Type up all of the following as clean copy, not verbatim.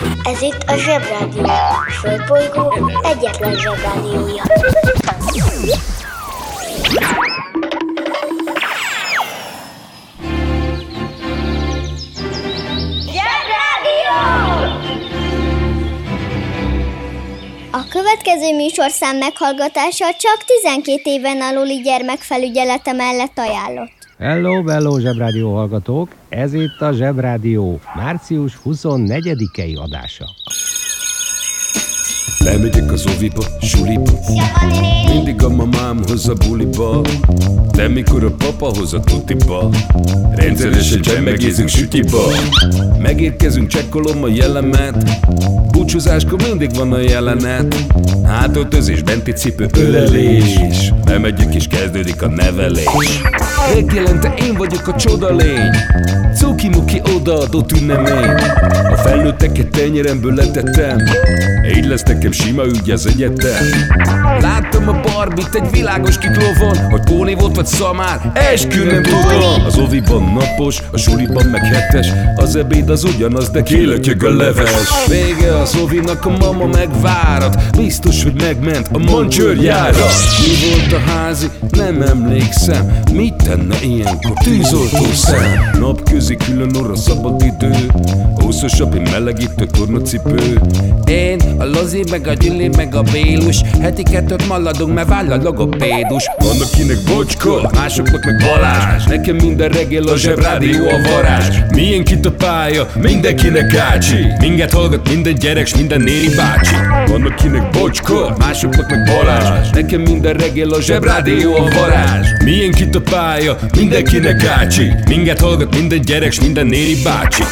Ez itt a Zsebrádió, a Földbolygó egyetlen Zsebrádiója. A következő műsorszám meghallgatása csak 12 éven aluli gyermekfelügyelete mellett ajánlott. Hello, Zsebrádió hallgatók! Ez itt a Zsebrádió március 24-i adása. Bemegyek az oviba, suliba, mindig a mamám hoz a buliba, de mikor a papa hoz a tutiba, rendszeresen csemmegézünk sütiba. Megérkezünk, csekkolom a jellemet, búcsúzáskor mindig van a jelenet. Hátöltözés, benti cipő, ölelés, bemegyek és kezdődik a nevelés. Reggelente én vagyok a csoda lény, cuki-muki odaadott ünnemény. A felnőtteket tenyeremből letettem, így lesz nekem sima ügy az egyetem. Láttam a Barbit egy világos kiklovon, hogy Póni volt vagy szamár, eskü nem tudom. Az oviban napos, a suliban meg hetes, az ebéd az ugyanaz, de kilötyög a leves. Vége az ovinak, a mama megvárat, biztos, hogy megment a mancsőrjára. Mi volt a házi? Nem emlékszem, mit tenne ilyenkor tűzoltó szem? Napközi külön orra szabad idő, húszosabb, én melegítő tornacipő. Én, a Lozi, meg a Gyüli, meg a Bélus, heti kettőt maladunk, mert váll a logopédus. Van akinek Bocska, másoknak meg Balázs, nekem minden reggel a Zsebrádió a varázs. Milyen itt a pálya, mindenkinek ácsi, minket hallgat minden gyerek, s minden néri bácsi. Van akinek Bocska, másoknak meg Balázs, nekem minden reggel a Zsebrádió a varázs. Milyen itt a pálya, mindenkinek ácsi, minket hallgat minden gyerek, s minden néri bácsi.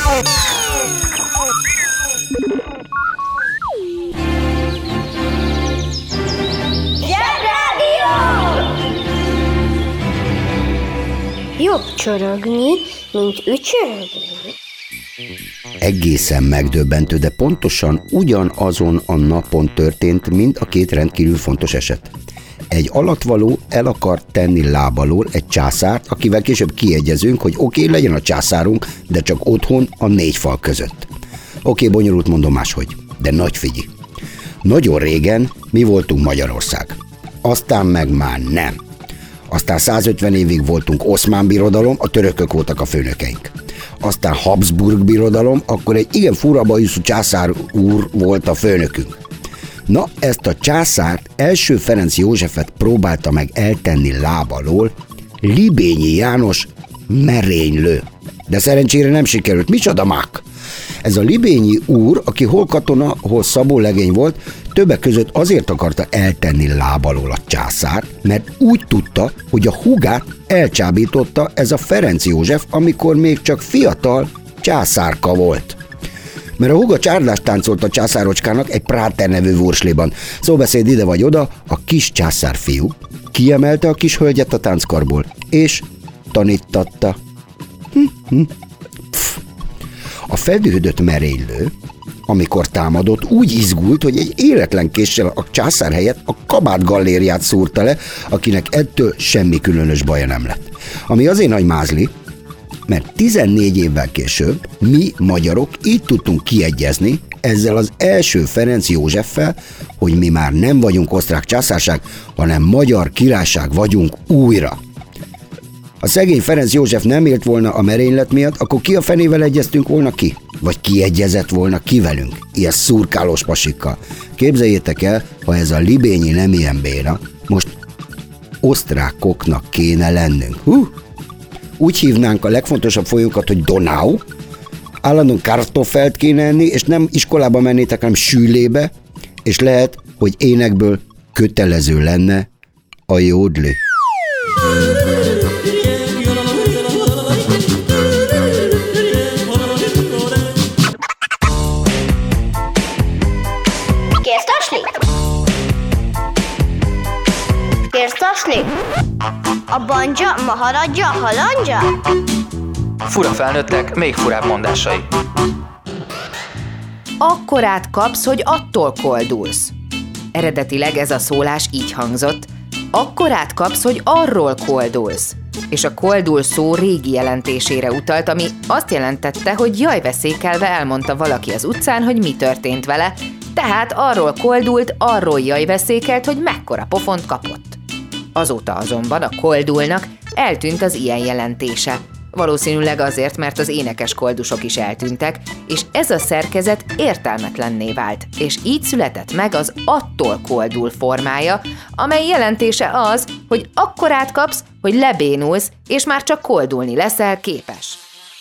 Jobb csorogni, mint ücsörögni. Egészen megdöbbentő, de pontosan ugyanazon a napon történt mind a két rendkívül fontos eset. Egy alattvaló el akart tenni lábalól egy császárt, akivel később kiegyezünk, hogy oké, legyen a császárunk, de csak otthon a 4 fal között. Oké, bonyolult, mondom máshogy, de nagy figyelj. Nagyon régen mi voltunk Magyarország. Aztán meg már nem. Aztán 150 évig voltunk Oszmán birodalom, a törökök voltak a főnökeink. Aztán Habsburg birodalom, akkor egy igen fura bajuszú császár úr volt a főnökünk. Na, ezt a császárt első Ferenc Józsefet próbálta meg eltenni lábalól Libényi János merénylő. De szerencsére nem sikerült. Micsoda mák! Ez a Libényi úr, aki hol katona, hol szabólegény volt, többek között azért akarta eltenni lábalól a császárt, mert úgy tudta, hogy a húgát elcsábította ez a Ferenc József, amikor még csak fiatal császárka volt. Mert a húga csárdást táncolt a császárocskának egy Práter nevű vursliban. Szóbeszéd ide vagy oda, a kis császárfiú kiemelte a kis hölgyet a tánckarból, és tanítatta. A feldühödött merénylő, amikor támadott, úgy izgult, hogy egy éretlen késsel a császár helyett a kabát gallériát szúrta le, akinek ettől semmi különös baja nem lett. Ami azért nagy mázli, mert 14 évvel később mi, magyarok, így tudtunk kiegyezni ezzel az első Ferenc Józseffel, hogy mi már nem vagyunk osztrák császárság, hanem magyar királyság vagyunk újra. Ha szegény Ferenc József nem élt volna a merénylet miatt, akkor ki a fenével egyeztünk volna ki? Vagy ki egyezett volna ki velünk? Ilyen szurkálós pasikkal. Képzeljétek el, ha ez a Libényi nem ilyen béna, most osztrákoknak kéne lennünk. Úgy hívnánk a legfontosabb folyókat, hogy Donau, állandóan kartoffelt kéne enni, és nem iskolába mennétek, hanem sűlébe, és lehet, hogy énekből kötelező lenne a jódli. Kérztasni? A banja, maharadja, halandja? Fura felnőttek, még furább mondásai. Akkorát kapsz, hogy attól koldulsz. Eredetileg ez a szólás így hangzott: akkorát kapsz, hogy arról koldulsz. És a koldul szó régi jelentésére utalt, ami azt jelentette, hogy jajveszékelve elmondta valaki az utcán, hogy mi történt vele, tehát arról koldult, arról jajveszékelt, hogy mekkora pofont kapott. Azóta azonban a koldulnak eltűnt az ilyen jelentése. Valószínűleg azért, mert az énekes koldusok is eltűntek, és ez a szerkezet értelmetlenné vált, és így született meg az attól koldul formája, amely jelentése az, hogy akkorát kapsz, hogy lebénulsz, és már csak koldulni leszel képes.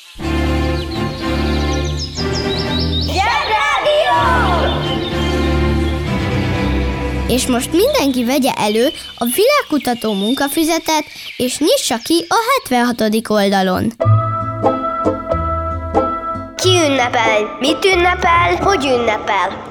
És most mindenki vegye elő a világkutató munkafüzetet, és nyissa ki a 76. oldalon. Ki ünnepel? Mit ünnepel? Hogy ünnepel?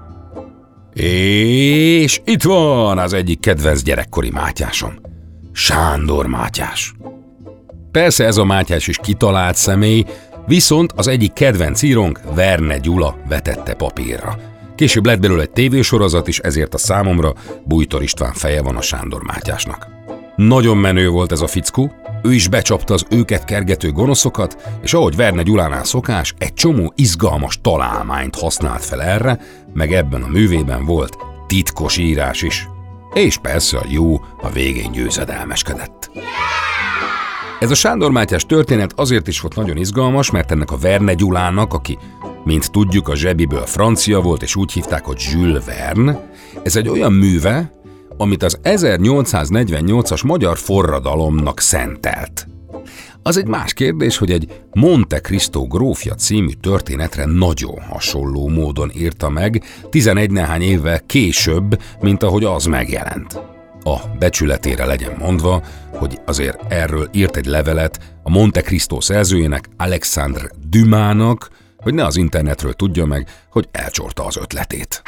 És itt van az egyik kedvenc gyerekkori Mátyásom. Sándor Mátyás. Persze ez a Mátyás is kitalált személy, viszont az egyik kedvenc írónk, Verne Gyula vetette papírra. Később lett belőle egy tévésorozat is, ezért a számomra Bújtor István feje van a Sándor Mátyásnak. Nagyon menő volt ez a fickó, ő is becsapta az őket kergető gonoszokat, és ahogy Verne Gyulánál szokás, egy csomó izgalmas találmányt használt fel erre, meg ebben a művében volt titkos írás is. És persze a jó a végén győzedelmeskedett. Ez a Sándor Mátyás történet azért is volt nagyon izgalmas, mert ennek a Verne Gyulának, aki, mint tudjuk, a zsebiből francia volt, és úgy hívták, hogy Jules Verne, ez egy olyan műve, amit az 1848-as magyar forradalomnak szentelt. Az egy más kérdés, hogy egy Monte Cristo grófja című történetre nagyon hasonló módon írta meg 11 néhány évvel később, mint ahogy az megjelent. A becsületére legyen mondva, hogy azért erről írt egy levelet a Monte Cristo szerzőjének, Alexandre Dumasnak, hogy ne az internetről tudja meg, hogy elcsorta az ötletét.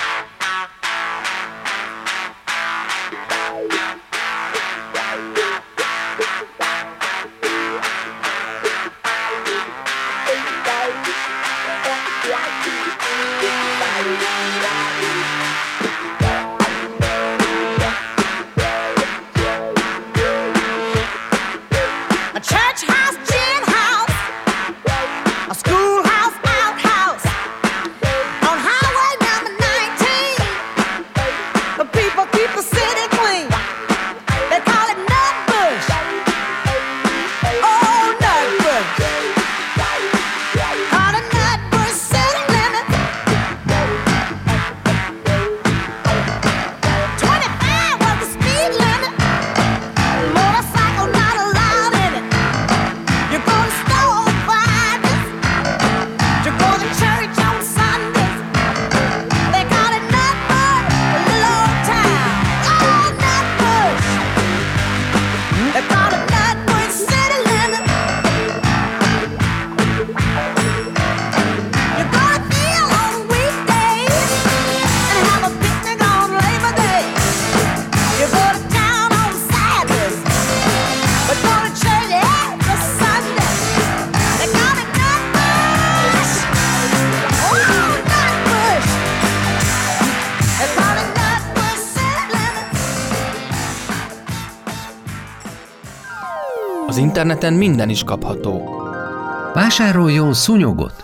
Az interneten minden is kapható. Vásároljon szúnyogot!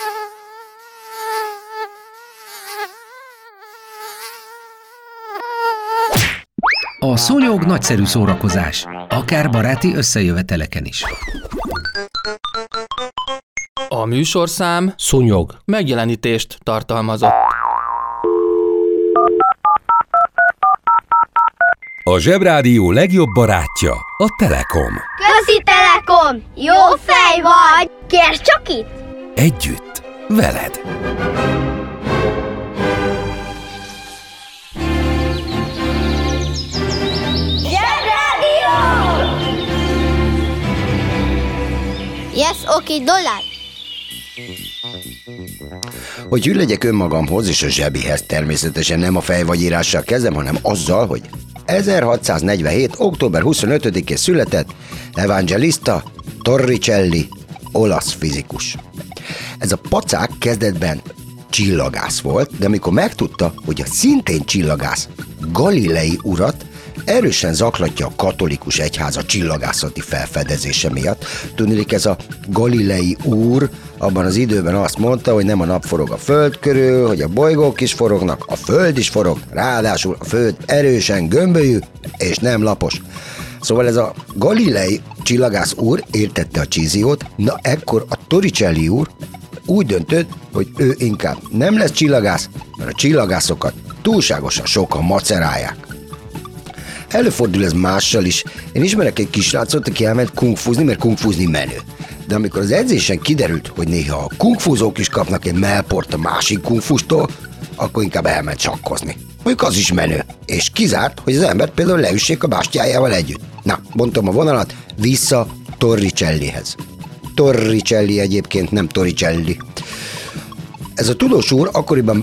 A szúnyog nagyszerű szórakozás, akár baráti összejöveteleken is. A műsorszám Szúnyog megjelenítést tartalmazott. A Zsebrádió legjobb barátja a Telekom. Köszi Telekom! Jó fej vagy! Kérd csak itt! Együtt, veled. Yes, oké, dollár! Hogy hű legyek önmagamhoz és a zsebihez, természetesen nem a fejvagyírással kezdem, hanem azzal, hogy 1647. október 25-én született Evangelista Torricelli, olasz fizikus. Ez a pacák kezdetben csillagász volt, de amikor megtudta, hogy a szintén csillagász Galilei urat erősen zaklatja a katolikus egyház a csillagászati felfedezése miatt. Tudniillik, ez a Galilei úr abban az időben azt mondta, hogy nem a nap forog a föld körül, hogy a bolygók is forognak, a föld is forog, ráadásul a föld erősen gömbölyű és nem lapos. Szóval ez a Galilei csillagász úr értette a csíziót, na ekkor a Torricelli úr úgy döntött, hogy ő inkább nem lesz csillagász, mert a csillagászokat túlságosan sokan macerálják. Előfordul ez mással is. Én ismerek egy kisrácot, aki elment kungfuzni, mert kungfuzni menő. De amikor az edzésen kiderült, hogy néha a kungfuzók is kapnak egy mellport a másik kungfustól, akkor inkább elment sakkozni. Mondjuk az is menő. És kizárt, hogy az embert például leüssék a bástyájával együtt. Na, bontom a vonalat, vissza Torricellihez. Torricelli egyébként, nem Torricelli. Ez a tudós úr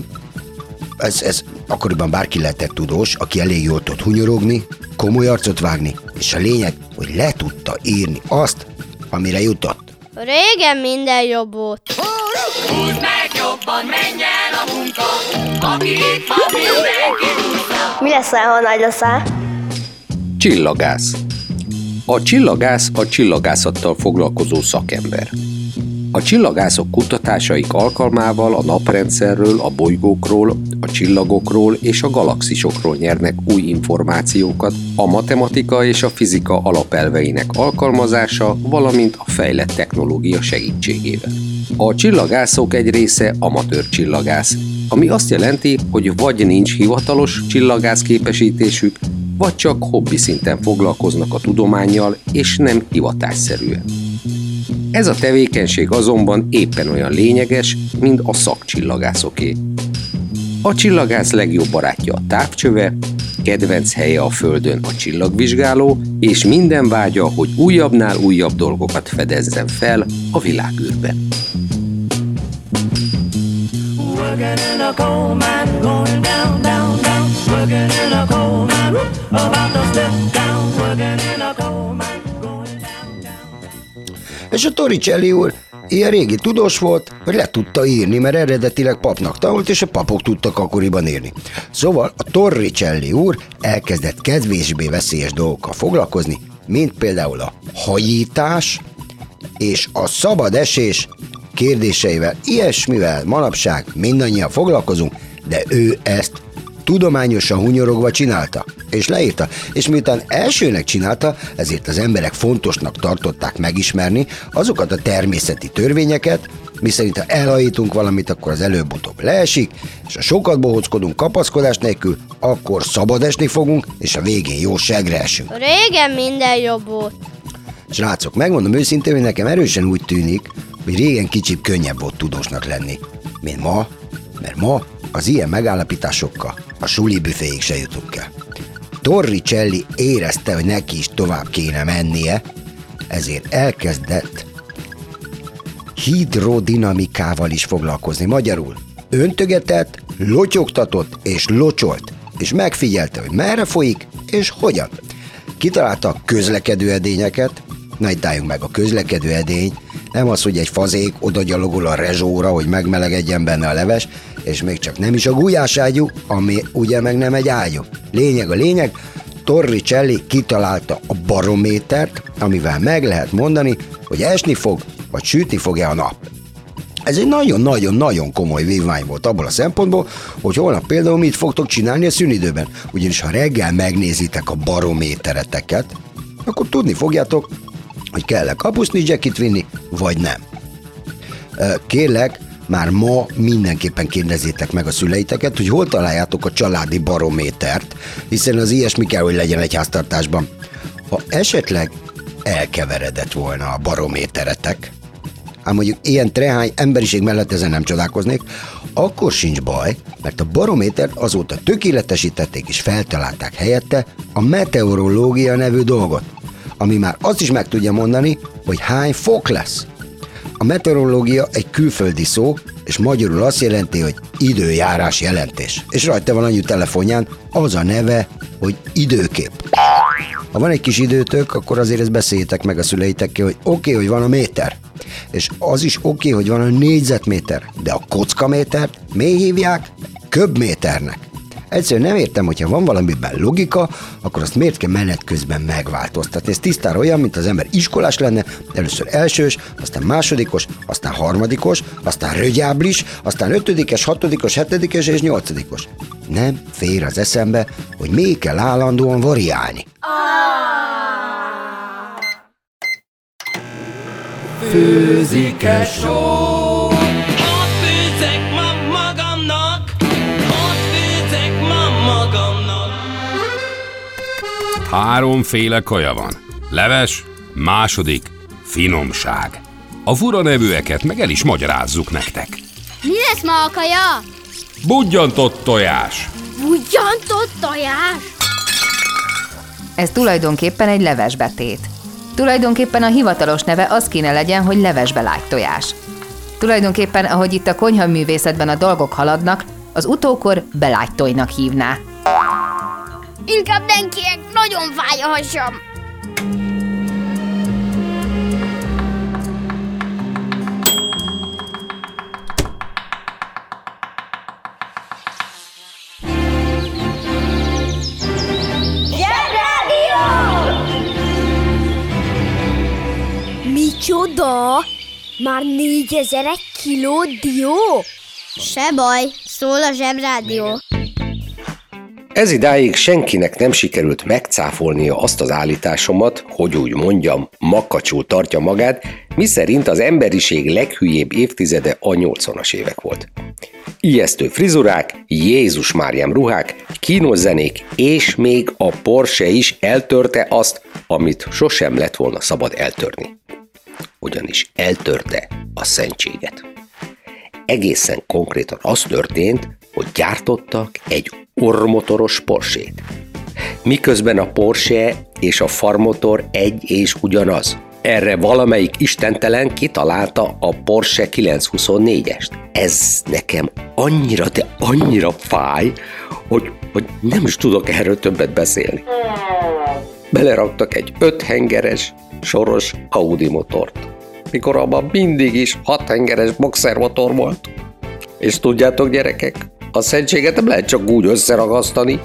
akkoriban bárki lehetett tudós, aki elég jól tud hunyorogni, komoly arcot vágni, és a lényeg, hogy le tudta írni azt, amire jutott. Régen minden jobb volt. Húzd meg jobban, menj el a munka, aki itt van, mindenki húzza. Mi leszel, ha nagy leszel? Csillagász. A csillagász a csillagászattal foglalkozó szakember. A csillagászok kutatásaik alkalmával a naprendszerről, a bolygókról, a csillagokról és a galaxisokról nyernek új információkat a matematika és a fizika alapelveinek alkalmazása, valamint a fejlett technológia segítségével. A csillagászok egy része amatőr csillagász, ami azt jelenti, hogy vagy nincs hivatalos csillagász képesítésük, vagy csak hobbi szinten foglalkoznak a tudománnyal, és nem hivatásszerűen. Ez a tevékenység azonban éppen olyan lényeges, mint a szakcsillagászoké. A csillagász legjobb barátja a távcsöve, kedvenc helye a Földön a csillagvizsgáló, és minden vágya, hogy újabbnál újabb dolgokat fedezzen fel a világűrben. És a Torricelli úr ilyen régi tudós volt, hogy le tudta írni, mert eredetileg papnak tanult, és a papok tudtak akkoriban írni. Szóval a Torricelli úr elkezdett kevésbé veszélyes dolgokkal foglalkozni, mint például a hajítás és a szabad esés kérdéseivel. Ilyesmivel manapság mindannyian foglalkozunk, de ő ezt tudományosan hunyorogva csinálta, és leírta, és miután elsőnek csinálta, ezért az emberek fontosnak tartották megismerni azokat a természeti törvényeket, miszerint ha elhajítunk valamit, akkor az előbb-utóbb leesik, és ha sokat bohóckodunk kapaszkodás nélkül, akkor szabad esni fogunk, és a végén jó segre esünk. Régen minden jobb volt. Srácok, megmondom őszintén, hogy nekem erősen úgy tűnik, hogy régen kicsit könnyebb volt tudósnak lenni, mint ma, mert ma az ilyen megállapításokkal a suli büféig se jutunk el. Torricelli érezte, hogy neki is tovább kéne mennie, ezért elkezdett hidrodinamikával is foglalkozni. Magyarul öntögetett, lotyogtatott és locsolt, és megfigyelte, hogy merre folyik és hogyan. Kitalálta a közlekedő edényeket. Na, itt álljunk meg, a közlekedő edény nem az, hogy egy fazék oda gyalogol a rezsóra, hogy megmelegedjen benne a leves, és még csak nem is a gulyáságyú, ami ugye meg nem egy ágyú. Lényeg a lényeg, Torricelli kitalálta a barométert, amivel meg lehet mondani, hogy esni fog, vagy sütni fog-e a nap. Ez egy nagyon-nagyon-nagyon komoly vívmány volt abból a szempontból, hogy holnap például mit fogtok csinálni a szünidőben. Ugyanis ha reggel megnézitek a barométereteket, akkor tudni fogjátok, hogy kell-e kapuszni jackit vinni, vagy nem. Kérlek, már ma mindenképpen kérdezzétek meg a szüleiteket, hogy hol találjátok a családi barométert, hiszen az ilyesmi kell, hogy legyen egy háztartásban. Ha esetleg elkeveredett volna a barométeretek, ám mondjuk ilyen trehány emberiség mellett ezen nem csodálkoznék, akkor sincs baj, mert a barométert azóta tökéletesítették és feltalálták helyette a meteorológia nevű dolgot, ami már azt is meg tudja mondani, hogy hány fok lesz. A meteorológia egy külföldi szó, és magyarul azt jelenti, hogy időjárás jelentés. És rajta van anyu telefonján az a neve, hogy időkép. Ha van egy kis időtök, akkor azért ezt beszéljétek meg a szüleitekkel, hogy oké, hogy van a méter. És az is oké, hogy van a négyzetméter. De a kockamétert miért hívják? Köbméternek. Egyszerűen nem értem, hogyha van valamiben logika, akkor azt miért kell menet közben megváltoztatni. Ez tisztára olyan, mint az ember iskolás lenne, először elsős, aztán másodikos, aztán harmadikos, aztán rögyáblis, aztán 5., 6., 7. és 8. Nem fér az eszembe, hogy még kell állandóan variálni. Főzike show. Ott főzek ma magamnak, ott főzek ma magamnak. 3 kaja van. Leves, második, finomság. A fura nevűeket meg el is magyarázzuk nektek. Mi lesz ma a kaja? Budjantott tojás. Budjantott tojás? Ez tulajdonképpen egy levesbetét. Tulajdonképpen a hivatalos neve az kéne legyen, hogy levesbe lágy tojás. Tulajdonképpen, ahogy itt a konyhaművészetben a dolgok haladnak, az utókor belágytojnak hívná. Inkább nem kérek, nagyon fáj a hasam. Micsoda? Már 4000 kiló dió? Se baj, szól a Zsebrádió. Ez idáig senkinek nem sikerült megcáfolnia azt az állításomat, hogy úgy mondjam, makacsul tartja magát, miszerint az emberiség leghülyébb évtizede a 80-as évek volt. Ijesztő frizurák, Jézus Máriám ruhák, kínos zenék, és még a Porsche is eltörte azt, amit sosem lett volna szabad eltörni. Ugyanis eltörte a szentséget. Egészen konkrétan az történt, hogy gyártottak egy orrmotoros Porsét. Miközben a Porsche és a farmotor egy és ugyanaz. Erre valamelyik istentelen kitalálta a Porsche 924-est. Ez nekem annyira, de annyira fáj, hogy nem is tudok erről többet beszélni. Beleraktak egy 5 hengeres, soros Audi motort, mikor abban mindig is 6 hengeres boxermotor volt. És tudjátok, gyerekek, a szentséget nem lehet csak úgy összeragasztani.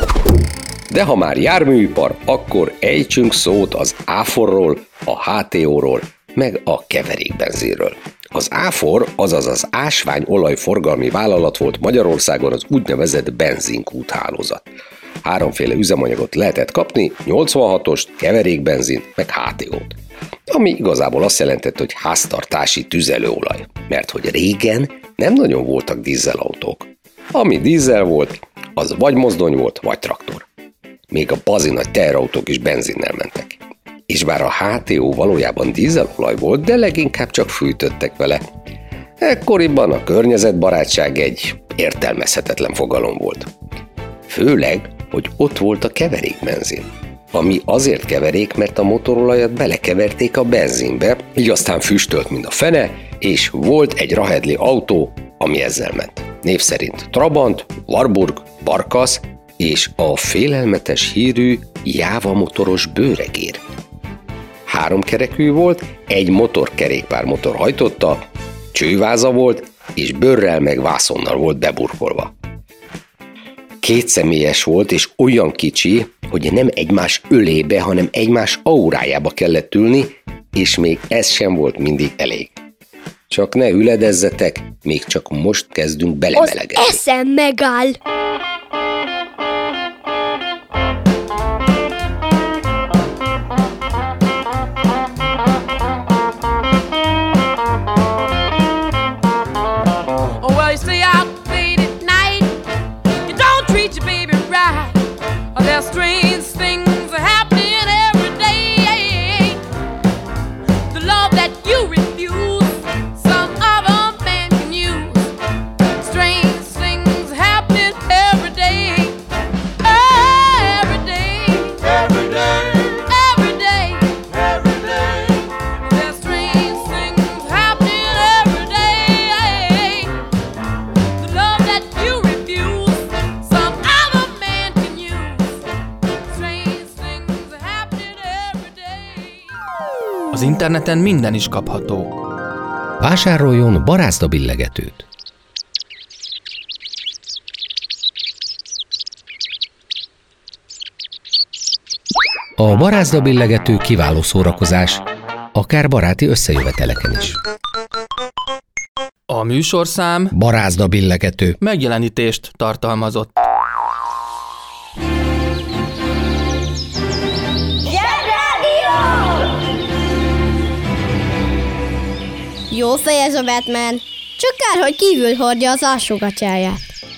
De ha már járműipar, akkor ejtsünk szót az Áforról, a HTO-ról, meg a keverékbenzinről. Az Áfor, azaz az ásványolajforgalmi vállalat volt Magyarországon az úgynevezett benzinkúthálózat. 3 üzemanyagot lehetett kapni, 86-ost, keverékbenzint, meg HTO-t. Ami igazából azt jelentett, hogy háztartási tüzelőolaj. Mert hogy régen nem nagyon voltak dízelautók. Ami dízel volt, az vagy mozdony volt, vagy traktor. Még a bazinagy teherautók is benzinnel mentek. És bár a HTO valójában dízelolaj volt, de leginkább csak fűtöttek vele. Ekkoriban a környezetbarátság egy értelmezhetetlen fogalom volt. Főleg, hogy ott volt a keverékbenzin. Ami azért keverék, mert a motorolajat belekeverték a benzinbe, így aztán füstölt, mint a fene, és volt egy rahedli autó, ami ezzel ment. Név szerint Trabant, Warburg, Barkas és a félelmetes hírű Jáva motoros bőregér. 3 kerekű volt, egy motorkerékpármotor hajtotta, csőváza volt, és bőrrel meg vászonnal volt beburkolva. 2 személyes volt, és olyan kicsi, hogy nem egymás ölébe, hanem egymás aurájába kellett ülni, és még ez sem volt mindig elég. Csak ne üledezzetek, még csak most kezdünk belemelegedni. Az eszem megáll! Az interneten minden is kapható. Vásároljon barázda billegetőt. A barázda billegető kiváló szórakozás, akár baráti összejöveteleken is. A műsorszám Barázda billegető megjelenítést tartalmazott. Jó fej ez a Batman, csak kár, hogy kívül hordja az alsógatyáját.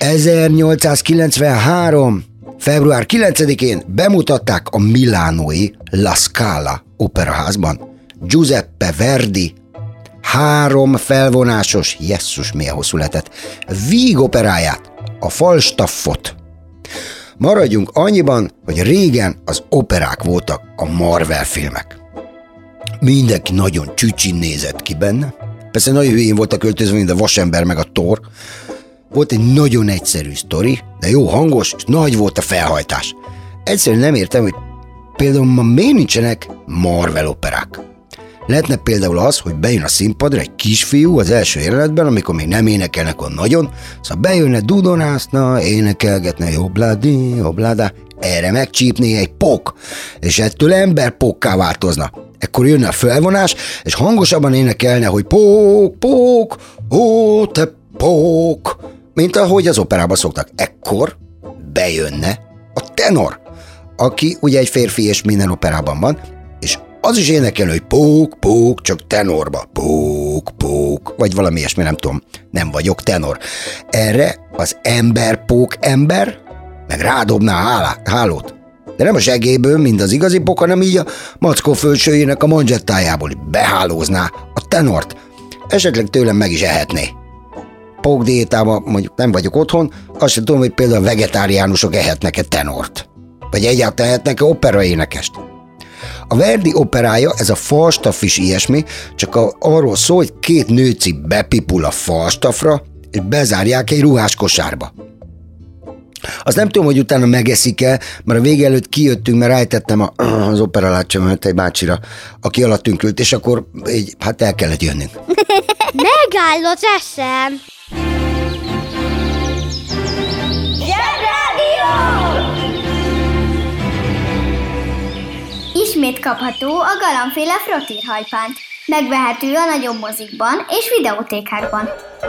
1893. február 9-én bemutatták a milánói La Scala operaházban Giuseppe Verdi 3 felvonásos, jesszus milyen hosszú lett, Víg operáját, a Falstaffot. Maradjunk annyiban, hogy régen az operák voltak a Marvel filmek. Mindenki nagyon csücsin nézett ki benne. Persze nagyon hülyén voltak öltözve, mint a Vasember meg a Thor. Volt egy nagyon egyszerű sztori, de jó hangos, és nagy volt a felhajtás. Egyszerűen nem értem, hogy például ma miért nincsenek Marvel operák. Lehetne például az, hogy bejön a színpadra egy kisfiú az első jelenetben, amikor még nem énekelnek olyan nagyon, szóval bejönne, dudonászna, énekelgetne jobládi, jobládá, erre megcsípné egy pok, és ettől emberpokká változna. Ekkor jönne a felvonás, és hangosabban énekelne, hogy pók, pók, ó, te pók, mint ahogy az operában szoktak. Ekkor bejönne a tenor, aki ugye egy férfi és minden operában van, és az is énekel, hogy pók, pók, csak tenorba, pók, pók, vagy valami ilyesmi, nem tudom, nem vagyok tenor. Erre az emberpók ember meg rádobná a hálót. De nem a segélyből, mint az igazi pók, hanem így a mackó fölsőjének a manzsettájából behálózná a tenort. Esetleg tőlem meg is ehetné. Pókdiétában mondjuk nem vagyok otthon, azt sem tudom, hogy például a vegetáriánusok ehetnek-e tenort. Vagy egyáltalán ehetnek-e operaénekest. A Verdi operája, ez a Falstaff is ilyesmi, csak arról szól, hogy 2 nőci bepipul a Falstaffra, és bezárják egy ruhás kosárba. Azt nem tudom, hogy utána megeszik-e, mert a vége előtt kijöttünk, mert rájtettem az operalácsomat egy bácsira, aki alattünk ült, és akkor így, hát el kellett jönnünk. Megáll az eszem! Ismét kapható a galambféle frottírhajpánt. Megvehető a nagyobb mozikban és videótékákban.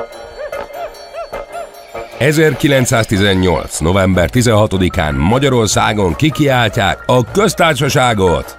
1918. november 16-án Magyarországon kikiáltják a köztársaságot.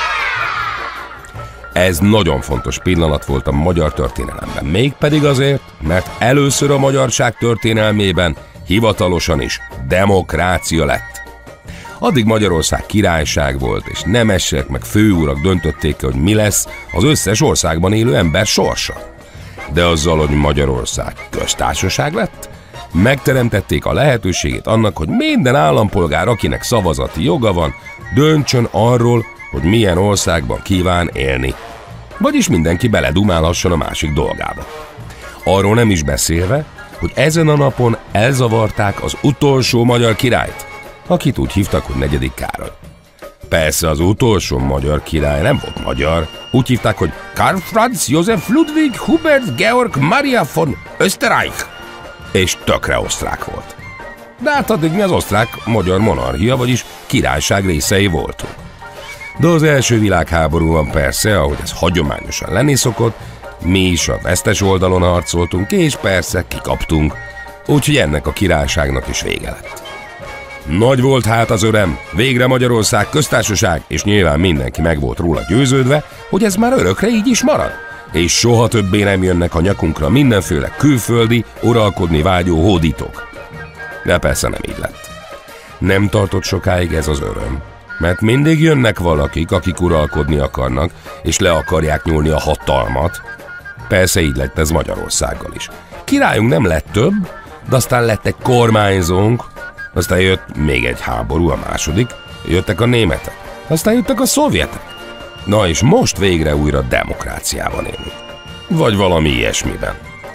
Ez nagyon fontos pillanat volt a magyar történelemben. Mégpedig azért, mert először a magyarság történelmében hivatalosan is demokrácia lett. Addig Magyarország királyság volt, és nemesek meg főurak döntötték, hogy mi lesz az összes országban élő ember sorsa. De azzal, hogy Magyarország köztársaság lett, megteremtették a lehetőségét annak, hogy minden állampolgár, akinek szavazati joga van, döntsön arról, hogy milyen országban kíván élni. Vagyis mindenki beledumálhasson a másik dolgába. Arról nem is beszélve, hogy ezen a napon elzavarták az utolsó magyar királyt, akit úgy hívtak, hogy 4. Károly. Persze az utolsó magyar király nem volt magyar, úgy hívták, hogy Karl Franz Josef Ludwig Hubert Georg Maria von Österreich, és tökre osztrák volt. De hát addig mi az osztrák-magyar monarchia, vagyis királyság részei voltunk. De az első világháborúban persze, ahogy ez hagyományosan lenni szokott, mi is a vesztes oldalon harcoltunk, és persze kikaptunk, úgyhogy ennek a királyságnak is vége lett. Nagy volt hát az öröm, végre Magyarország köztársaság, és nyilván mindenki meg volt róla győződve, hogy ez már örökre így is marad, és soha többé nem jönnek a nyakunkra mindenféle külföldi, uralkodni vágyó hódítók. De persze nem így lett. Nem tartott sokáig ez az öröm, mert mindig jönnek valakik, akik uralkodni akarnak, és le akarják nyúlni a hatalmat. Persze így lett ez Magyarországgal is. Királyunk nem lett több, de aztán lett egy kormányzónk, aztán jött még egy háború, a második, jöttek a németek, aztán jöttek a szovjetek. Na és most végre újra demokráciában élünk. Vagy valami ilyesmiben.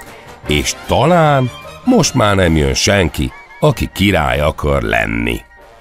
És talán most már nem jön senki, aki király akar lenni.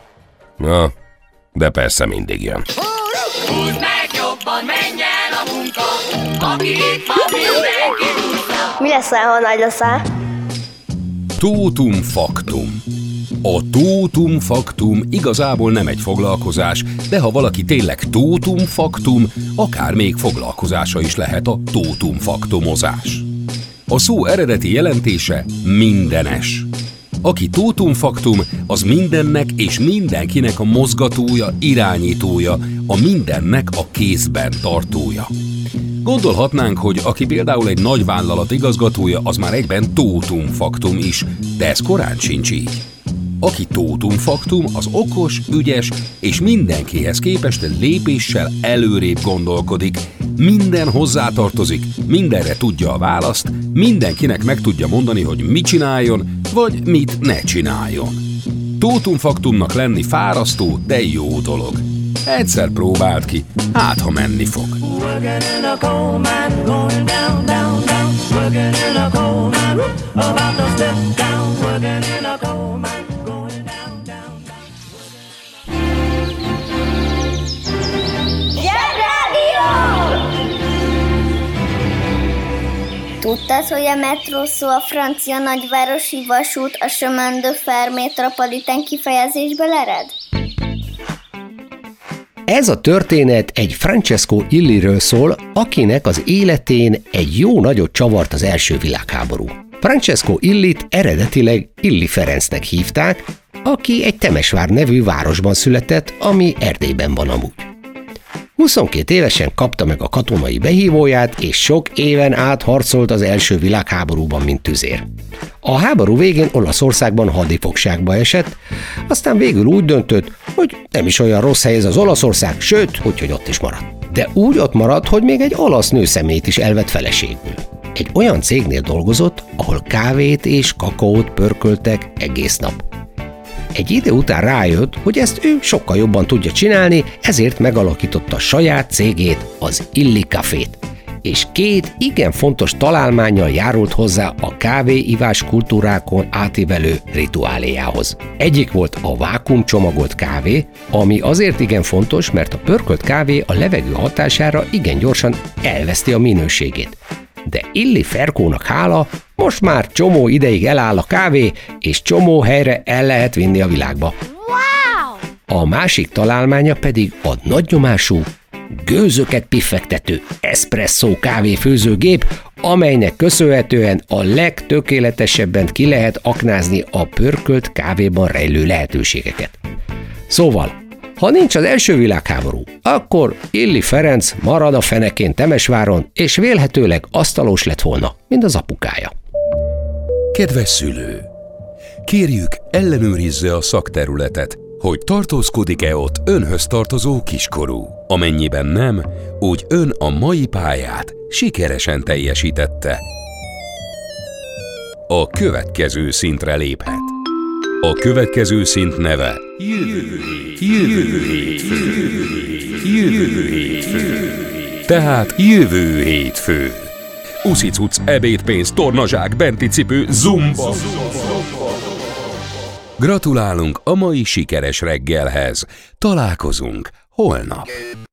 Na, de persze mindig jön. Húzd meg jobban, menjen a munka, aki itt van, mindenki húzza. Mi lesz, ha nagy leszel? Tótum faktum. A tótum faktum igazából nem egy foglalkozás, de ha valaki tényleg tótum faktum, akár még foglalkozása is lehet a tótum faktumozás. A szó eredeti jelentése mindenes. Aki tótum faktum, az mindennek és mindenkinek a mozgatója, irányítója, a mindennek a kézben tartója. Gondolhatnánk, hogy aki például egy nagyvállalat igazgatója, az már egyben tótum faktum is, de ez korán sincs így. Aki tótum faktum, az okos, ügyes és mindenkihez képest egy lépéssel előrébb gondolkodik. Minden hozzátartozik, mindenre tudja a választ, mindenkinek meg tudja mondani, hogy mit csináljon, vagy mit ne csináljon. Tótum faktumnak lenni fárasztó, de jó dolog. Egyszer próbáld ki, hát ha menni fog. Tudtad, hogy a metró szó a francia nagyvárosi vasút a chemin de fer métropolitain kifejezésből ered? Ez a történet egy Francesco Illiről szól, akinek az életén egy jó nagyot csavart az első világháború. Francesco Illit eredetileg Illy Ferencnek hívták, aki egy Temesvár nevű városban született, ami Erdélyben van amúgy. 22 évesen kapta meg a katonai behívóját, és sok éven át harcolt az első világháborúban, mint tüzér. A háború végén Olaszországban hadifogságba esett, aztán végül úgy döntött, hogy nem is olyan rossz hely ez az Olaszország, sőt, hogy ott is maradt. De úgy ott maradt, hogy még egy olasz nőszemélyt is elvett feleségül. Egy olyan cégnél dolgozott, ahol kávét és kakaót pörköltek egész nap. Egy idő után rájött, hogy ezt ő sokkal jobban tudja csinálni, ezért megalakította saját cégét, az Illy Cafét. És két igen fontos találmánnyal járult hozzá a kávéivás kultúrákon átívelő rituáléjához. Egyik volt a vákuumcsomagolt kávé, ami azért igen fontos, mert a pörkölt kávé a levegő hatására igen gyorsan elveszti a minőségét. De Illy Ferkónak hála, most már csomó ideig eláll a kávé, és csomó helyre el lehet vinni a világba. Wow! A másik találmánya pedig a nagynyomású, gőzöket piffegtető espresszó kávéfőzőgép, amelynek köszönhetően a legtökéletesebben ki lehet aknázni a pörkölt kávéban rejlő lehetőségeket. Szóval, ha nincs az első világháború, akkor Illy Ferenc marad a fenekén Temesváron, és vélhetőleg asztalos lett volna, mint az apukája. Kedves szülő! Kérjük, ellenőrizze a szakterületet, hogy tartózkodik-e ott önhöz tartozó kiskorú. Amennyiben nem, úgy ön a mai pályát sikeresen teljesítette. A következő szintre léphet. A következő szint neve Jövő hétfő. Tehát jövő hétfő. Uszicuc, ebédpénz, tornazsák, benti cipő, zumba. Gratulálunk a mai sikeres reggelhez. Találkozunk holnap.